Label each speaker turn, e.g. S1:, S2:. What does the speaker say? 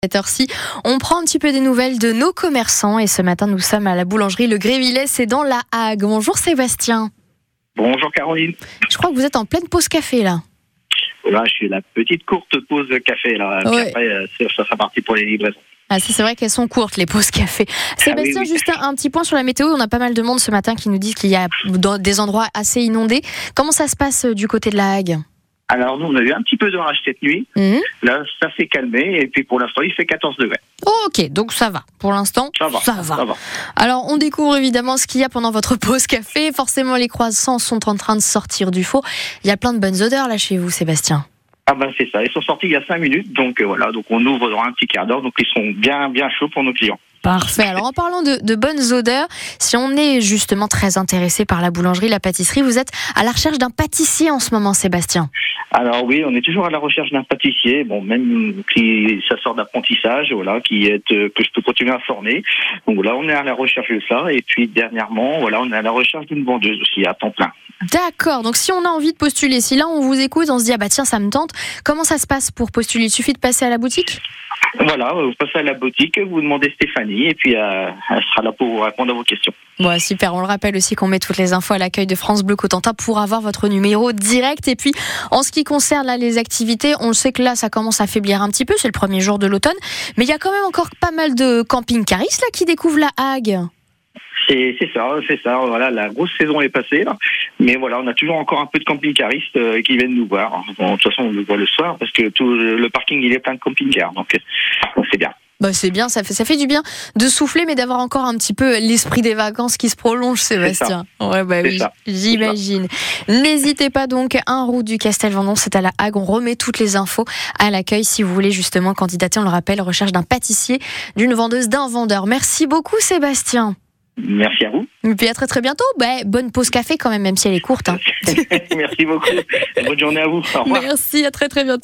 S1: Cette heure-ci, on prend un petit peu des nouvelles de nos commerçants et ce matin nous sommes à la boulangerie Le Grévillet, c'est dans la Hague. Bonjour Sébastien.
S2: Bonjour Caroline.
S1: Je crois que vous êtes en pleine pause café là.
S2: Là, je suis la petite courte pause café là. Puis
S1: Ouais.
S2: après, ça sera parti pour les livraisons.
S1: Ah c'est vrai qu'elles sont courtes les pauses café. Sébastien,
S2: oui.
S1: juste un petit point sur la météo. On a pas mal de monde ce matin qui nous disent qu'il y a des endroits assez inondés. Comment ça se passe du côté de la Hague ?
S2: Alors nous, on a eu un petit peu d'orage cette nuit. Là, ça s'est calmé et puis pour l'instant, il fait 14 degrés.
S1: Ok, donc ça va. Pour l'instant,
S2: Ça va.
S1: Alors, on découvre évidemment ce qu'il y a pendant votre pause café. Forcément, les croissants sont en train de sortir du four. Il y a plein de bonnes odeurs là chez vous, Sébastien.
S2: Ah ben c'est ça. Ils sont sortis il y a 5 minutes, donc voilà. Donc on ouvre dans un petit quart d'heure. Donc ils sont bien chauds pour nos clients.
S1: Parfait. Alors, en parlant de bonnes odeurs, si on est justement très intéressé par la boulangerie, la pâtisserie, vous êtes à la recherche d'un pâtissier en ce moment, Sébastien.
S2: Alors oui, on est toujours à la recherche d'un pâtissier, bon même qui ça sort d'apprentissage, voilà, que je peux continuer à former. Donc voilà, on est à la recherche de ça. Et puis dernièrement, voilà, on est à la recherche d'une vendeuse aussi à temps plein.
S1: D'accord. Donc, si on a envie de postuler, si là on vous écoute, on se dit ah bah tiens ça me tente. Comment ça se passe pour postuler ? Il suffit de passer à la boutique ?
S2: Voilà, vous passez à la boutique, vous demandez Stéphanie et puis elle sera là pour vous répondre à vos questions.
S1: Bon, super. On le rappelle aussi qu'on met toutes les infos à l'accueil de France Bleu Cotentin pour avoir votre numéro direct. Et puis, en ce qui concerne là, les activités, on sait que là, ça commence à faiblir un petit peu. C'est le premier jour de l'automne. Mais il y a quand même encore pas mal de camping-caristes là, qui découvrent la Hague.
S2: C'est ça. Voilà, la grosse saison est passée là, mais voilà, on a toujours encore un peu de camping-caristes qui viennent nous voir. Bon, de toute façon, on le voit le soir parce que tout le parking il est plein de camping-cars, donc c'est bien.
S1: Bah c'est bien, ça fait du bien de souffler, mais d'avoir encore un petit peu l'esprit des vacances qui se prolonge, Sébastien. Ouais, bah oui, j'imagine. N'hésitez pas donc, 1 route du Castel-Vendôme, c'est à la Hague. On remet toutes les infos à l'accueil si vous voulez justement candidater. On le rappelle, recherche d'un pâtissier, d'une vendeuse, d'un vendeur. Merci beaucoup, Sébastien.
S2: Merci à vous.
S1: Et puis à très très bientôt. Bonne pause café quand même si elle est courte.
S2: Merci beaucoup. Bonne journée à vous. Au revoir.
S1: Merci, à très très bientôt.